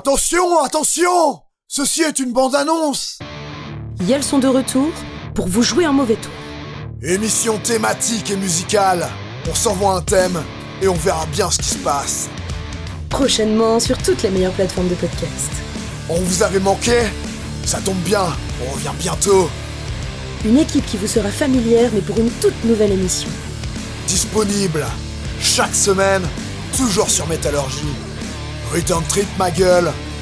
Attention, attention! Ceci est une bande-annonce! Yel sont de retour pour vous jouer un mauvais tour. Émission thématique et musicale. On s'envoie un thème et on verra bien ce qui se passe. Prochainement sur toutes les meilleures plateformes de podcast. On vous avait manqué? Ça tombe bien, on revient bientôt. Une équipe qui vous sera familière mais pour une toute nouvelle émission. Disponible chaque semaine, toujours sur Métallurgie. Return Trip ma gueule.